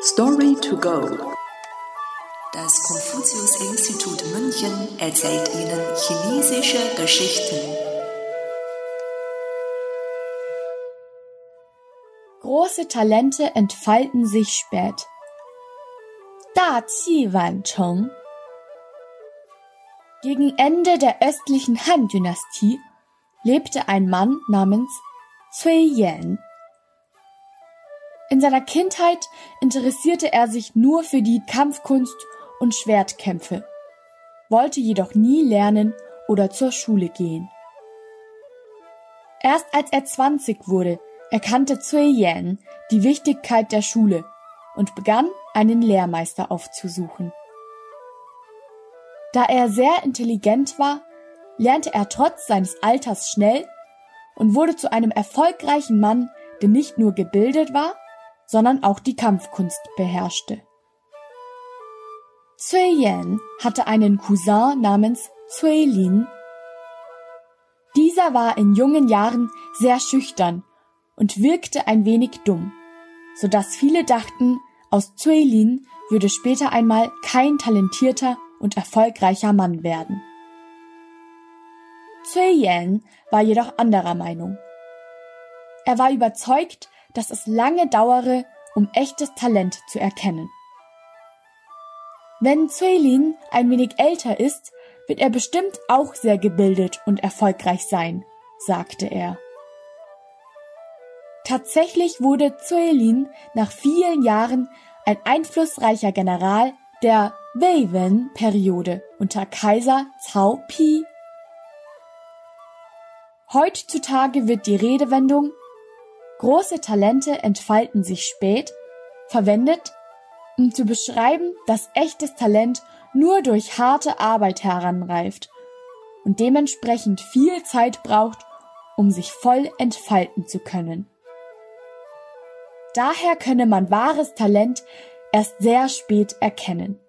Story to go. Das Konfuzius-Institut München erzählt Ihnen chinesische Geschichten. Große Talente entfalten sich spät. 大器晚成. Gegen Ende der östlichen Han-Dynastie lebte ein Mann namens Cui Yan. In seiner Kindheit interessierte er sich nur für die Kampfkunst und Schwertkämpfe, wollte jedoch nie lernen oder zur Schule gehen. Erst als er 20 wurde, erkannte Cui Yan die Wichtigkeit der Schule und begann, einen Lehrmeister aufzusuchen. Da er sehr intelligent war, lernte er trotz seines Alters schnell und wurde zu einem erfolgreichen Mann, der nicht nur gebildet war, sondern auch die Kampfkunst beherrschte. Cui Yan hatte einen Cousin namens Cui Lin. Dieser war in jungen Jahren sehr schüchtern und wirkte ein wenig dumm, so dass viele dachten, aus Cui Lin würde später einmal kein talentierter und erfolgreicher Mann werden. Cui Yan war jedoch anderer Meinung. Er war überzeugt, dass es lange dauere, um echtes Talent zu erkennen. Wenn Cui Lin ein wenig älter ist, wird er bestimmt auch sehr gebildet und erfolgreich sein, sagte er. Tatsächlich wurde Cui Lin nach vielen Jahren ein einflussreicher General der Wei-Wen-Periode unter Kaiser Cao Pi. Heutzutage wird die Redewendung große Talente entfalten sich spät verwendet, um zu beschreiben, dass echtes Talent nur durch harte Arbeit heranreift und dementsprechend viel Zeit braucht, um sich voll entfalten zu können. Daher könne man wahres Talent erst sehr spät erkennen.